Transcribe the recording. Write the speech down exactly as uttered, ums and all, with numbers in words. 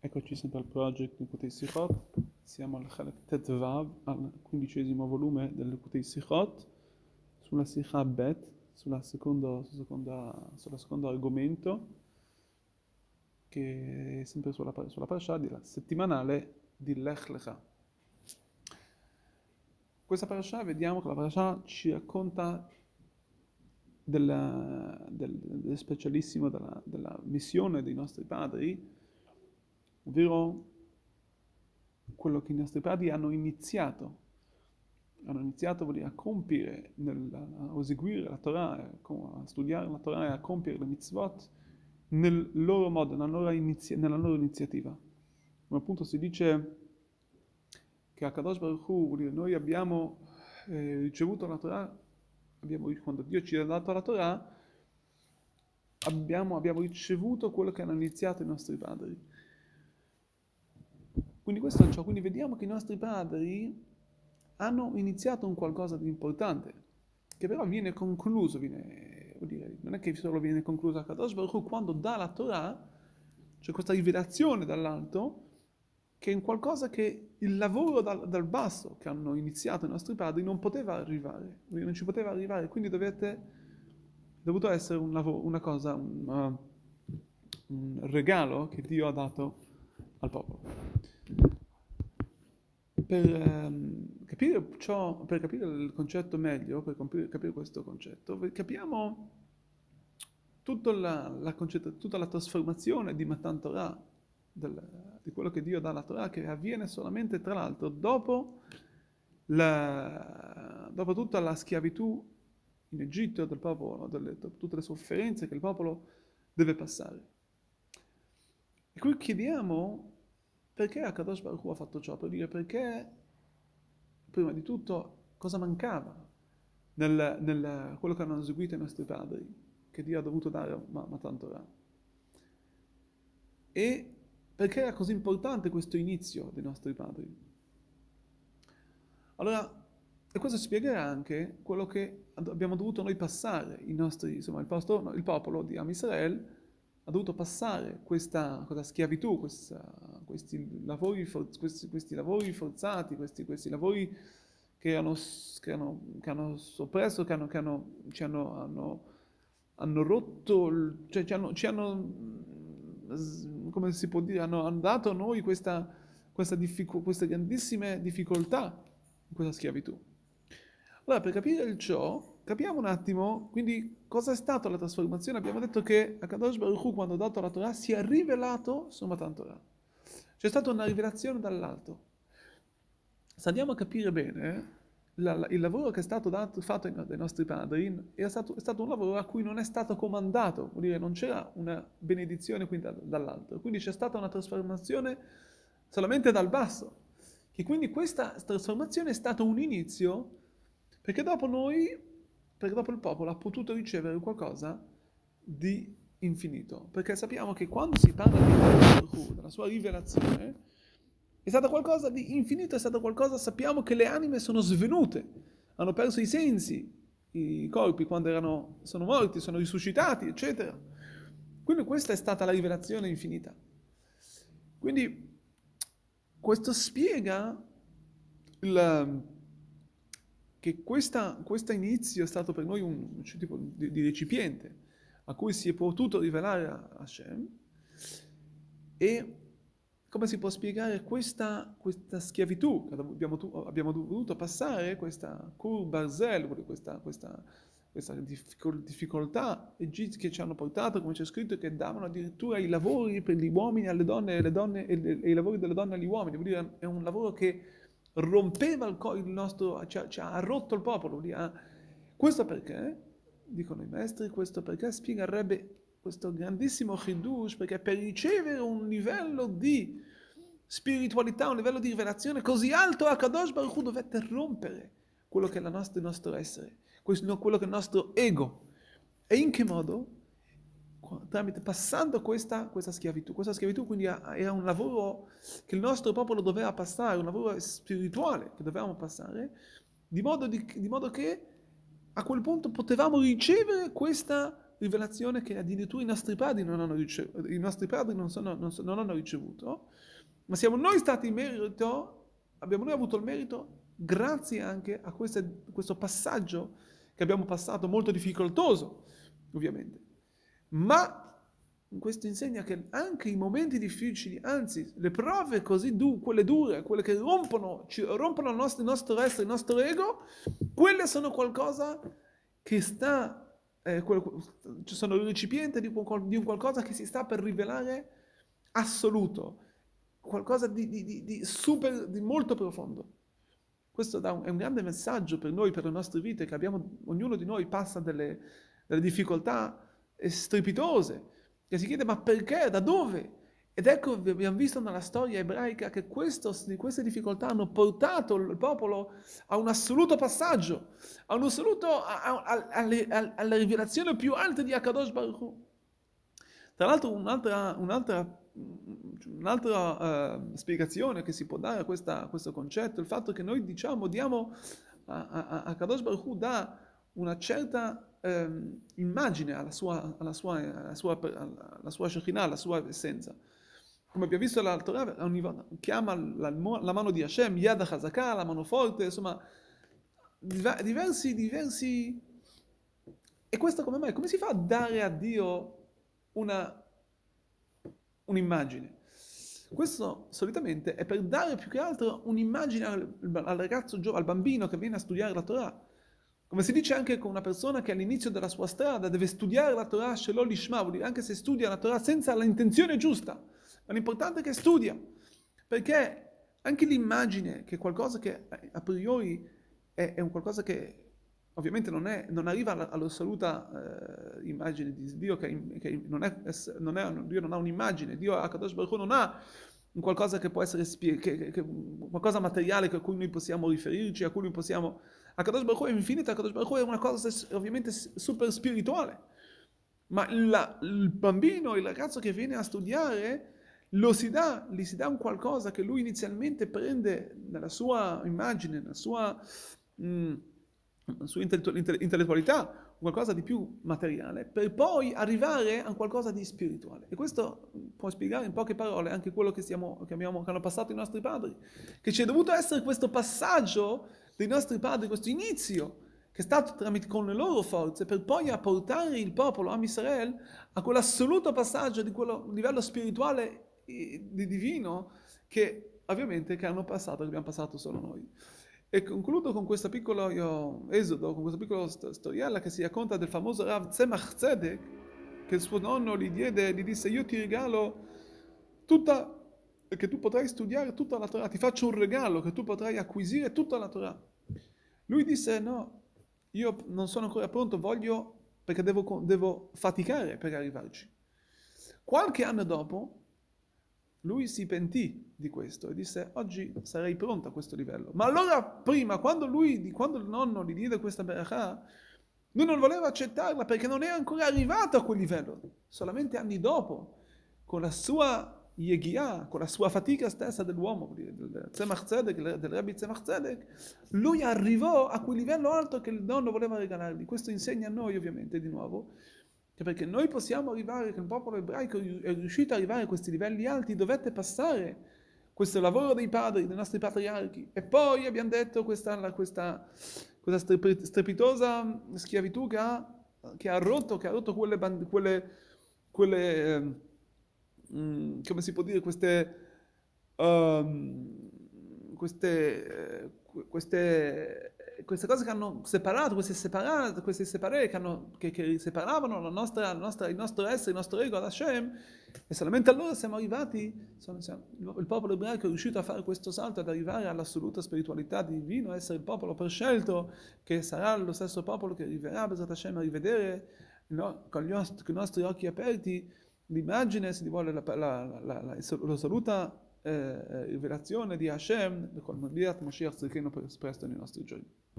Eccoci sempre al project Likutei Sichot, siamo al Chalek Tet Vav, al quindicesimo volume del Likutei Sichot, sulla Sicha Bet, sulla secondo, sulla seconda, sulla secondo argomento, che è sempre sulla, sulla parasha della settimanale di Lech Lecha. Questa parasha, vediamo che la parasha ci racconta del, del, del specialissimo della, della missione dei nostri padri, ovvero quello che i nostri padri hanno iniziato, hanno iniziato vuol dire a compiere, nel, a eseguire la Torah, a studiare la Torah e a compiere le mitzvot nel loro modo, nella loro, inizia, nella loro iniziativa. Come appunto si dice che a Kadosh Baruch Hu, vuol dire noi abbiamo eh, ricevuto la Torah, abbiamo, quando Dio ci ha dato la Torah, abbiamo, abbiamo ricevuto quello che hanno iniziato i nostri padri. Quindi questo è ciò, quindi vediamo che i nostri padri hanno iniziato un qualcosa di importante, che però viene concluso, viene, vuol dire, non è che solo viene concluso a Kadosh Baruch Hu, quando dà la Torah, c'è questa rivelazione dall'alto, che è un qualcosa che il lavoro dal, dal basso che hanno iniziato i nostri padri non poteva arrivare, non ci poteva arrivare, quindi dovete, è dovuto essere un lavoro, una cosa, un, uh, un regalo che Dio ha dato al popolo. Per, ehm, capire ciò, per capire il concetto meglio, per capire, capire questo concetto, capiamo tutta la, la concetto, tutta la trasformazione di Matan Torah, del, di quello che Dio dà alla Torah, che avviene solamente, tra l'altro, dopo, la, dopo tutta la schiavitù in Egitto del popolo, delle, tutte le sofferenze che il popolo deve passare. E qui chiediamo perché Akadosh Baruch Hu ha fatto ciò, per dire perché, prima di tutto, cosa mancava nel, nel quello che hanno eseguito i nostri padri, che Dio ha dovuto dare a Matan Torah. E perché era così importante questo inizio dei nostri padri. Allora, e questo spiegherà anche quello che abbiamo dovuto noi passare, i nostri, insomma, il, posto, no, il popolo di Am Israel ha dovuto passare questa, questa schiavitù, questa, questi, lavori for, questi, questi lavori forzati, questi, questi lavori che hanno, che hanno, che hanno soppresso, che, hanno, che hanno, ci hanno, hanno, hanno rotto, cioè ci hanno, ci hanno, come si può dire, hanno, hanno dato a noi questa, questa diffic- queste grandissime difficoltà in questa schiavitù. Allora, per capire il ciò, capiamo un attimo, quindi, cosa è stata la trasformazione? Abbiamo detto che Akadosh Baruch Hu, quando ha dato la Torah, si è rivelato su Matan Torah. C'è stata una rivelazione dall'alto. Se andiamo a capire bene, la, la, il lavoro che è stato dato, fatto dai nostri padri è stato, è stato un lavoro a cui non è stato comandato, vuol dire non c'era una benedizione qui da, dall'alto, quindi c'è stata una trasformazione solamente dal basso, che quindi questa trasformazione è stato un inizio, perché dopo noi, perché dopo il popolo ha potuto ricevere qualcosa di infinito, perché sappiamo che quando si parla di della sua rivelazione, è stato qualcosa di infinito, è stato qualcosa, sappiamo che le anime sono svenute, hanno perso i sensi, i corpi quando erano, sono morti, sono risuscitati, eccetera. Quindi questa è stata la rivelazione infinita. Quindi questo spiega il, che questo inizio è stato per noi un, un tipo di, di recipiente a cui si è potuto rivelare a Hashem, e come si può spiegare questa, questa schiavitù che abbiamo, abbiamo dovuto passare, questa Kur Barzel, questa, questa, questa difficoltà che ci hanno portato, come c'è scritto, che davano addirittura i lavori per gli uomini alle donne e, le donne, e, le, e i lavori delle donne agli uomini. Vuol dire, è un lavoro che rompeva il, il nostro, ci ha, ci ha rotto il popolo. Dire, questo perché, dicono i maestri, questo perché spiegherebbe questo grandissimo chidush, perché per ricevere un livello di spiritualità, un livello di rivelazione così alto, Akadosh Baruch Hu dovette rompere quello che è la nostra, il nostro essere, quello che è il nostro ego. E in che modo? Tramite, passando questa, questa schiavitù. Questa schiavitù quindi era un lavoro che il nostro popolo doveva passare, un lavoro spirituale che dovevamo passare, di modo, di, di modo che a quel punto potevamo ricevere questa rivelazione che addirittura i nostri padri non hanno ricevuto, i nostri padri non, sono, non, so, non hanno ricevuto, ma siamo noi stati in merito, abbiamo noi avuto il merito grazie anche a queste, questo passaggio che abbiamo passato, molto difficoltoso, ovviamente. Ma questo insegna che anche i momenti difficili, anzi le prove così du- quelle dure, quelle che rompono, ci, rompono il nostro, il nostro essere, il nostro ego, quelle sono qualcosa che sta, eh, quel, sono il recipiente di un, di un qualcosa che si sta per rivelare assoluto, qualcosa di, di, di, di super, di molto profondo. Questo dà un, è un grande messaggio per noi, per le nostre vite, che abbiamo, ognuno di noi passa delle, delle difficoltà strepitose, che si chiede ma perché, da dove? Ed ecco, abbiamo visto nella storia ebraica che questo, queste difficoltà hanno portato il popolo a un assoluto passaggio, a un assoluto, a, a, a, alle, a, alla rivelazione più alta di Akadosh Baruch Hu. Tra l'altro un'altra, un'altra, un'altra uh, spiegazione che si può dare a, questa, a questo concetto è il fatto che noi diciamo, diamo a, a, a Kadosh Baruch Hu dà una certa um, immagine alla sua, alla sua, alla sua, alla sua Shekinah, alla sua essenza. Come abbiamo visto la Torah, chiama la, la mano di Hashem, Yad HaChazakah, la mano forte, insomma, diversi, diversi... E questo come mai? Come si fa a dare a Dio una, un'immagine? Questo solitamente è per dare più che altro un'immagine al, al ragazzo, al bambino che viene a studiare la Torah. Come si dice anche con una persona che all'inizio della sua strada deve studiare la Torah, Shelo Lishma, vuol dire anche se studia la Torah senza l'intenzione giusta, ma l'importante è che studia, perché anche l'immagine, che è qualcosa che a priori è, è un qualcosa che ovviamente non, è, non arriva all'assoluta eh, immagine di Dio, che, che non è, non è, Dio non ha un'immagine, Dio Akadosh Baruch Hu non ha un qualcosa che può essere che, che, che, qualcosa materiale a cui noi possiamo riferirci, a cui noi possiamo... Akadosh Baruch Hu è infinito, Akadosh Baruch Hu è una cosa ovviamente super spirituale, ma la, il bambino, il ragazzo che viene a studiare, lo si dà, gli si dà un qualcosa che lui inizialmente prende nella sua immagine, nella sua... Mh, su intellettualità, qualcosa di più materiale, per poi arrivare a qualcosa di spirituale. E questo può spiegare in poche parole anche quello che, stiamo, che, abbiamo, che hanno passato i nostri padri, che ci è dovuto essere questo passaggio dei nostri padri, questo inizio, che è stato tramite con le loro forze, per poi apportare il popolo, Am Israel, a quell'assoluto passaggio di quello livello spirituale e di divino che ovviamente che hanno passato, che abbiamo passato solo noi. E concludo con questo piccolo io, esodo, con questa piccola storiella che si racconta del famoso Rav Tzemach Tzedek, che il suo nonno gli diede, gli disse: io ti regalo tutta, che tu potrai studiare tutta la Torah, ti faccio un regalo che tu potrai acquisire tutta la Torah. Lui disse: no, io non sono ancora pronto, voglio, perché devo, devo faticare per arrivarci. Qualche anno dopo, lui si pentì di questo e disse: oggi sarei pronto a questo livello. Ma allora prima, quando lui, quando il nonno gli diede questa berachà, lui non voleva accettarla perché non era ancora arrivato a quel livello. Solamente anni dopo, con la sua yeghiah, con la sua fatica stessa dell'uomo, del Tzemach Tzedek, del Rabbi Tzemach Tzedek, lui arrivò a quel livello alto che il nonno voleva regalargli. Questo insegna a noi, ovviamente, di nuovo, che perché noi possiamo arrivare, che il popolo ebraico è riuscito ad arrivare a questi livelli alti, dovette passare questo lavoro dei padri, dei nostri patriarchi, e poi abbiamo detto questa, questa, questa strepitosa schiavitù che ha, che ha rotto, che ha rotto quelle, quelle, quelle um, come si può dire, queste, um, queste, queste queste cose che hanno separato, queste separate, queste separate che, hanno, che, che separavano la nostra, la nostra, il nostro essere, il nostro ego ad Hashem, e solamente allora siamo arrivati, sono, siamo, il popolo ebraico è riuscito a fare questo salto, ad arrivare all'assoluta spiritualità divina, essere il popolo prescelto, che sarà lo stesso popolo che arriverà Bezrat Hashem a rivedere no, con, gli, con i nostri occhi aperti l'immagine, se ti vuole, la, la, la, la, l'assoluta Eh, rivelazione di Hashem, con Mashiach Tzidkenu presto nei nostri giorni.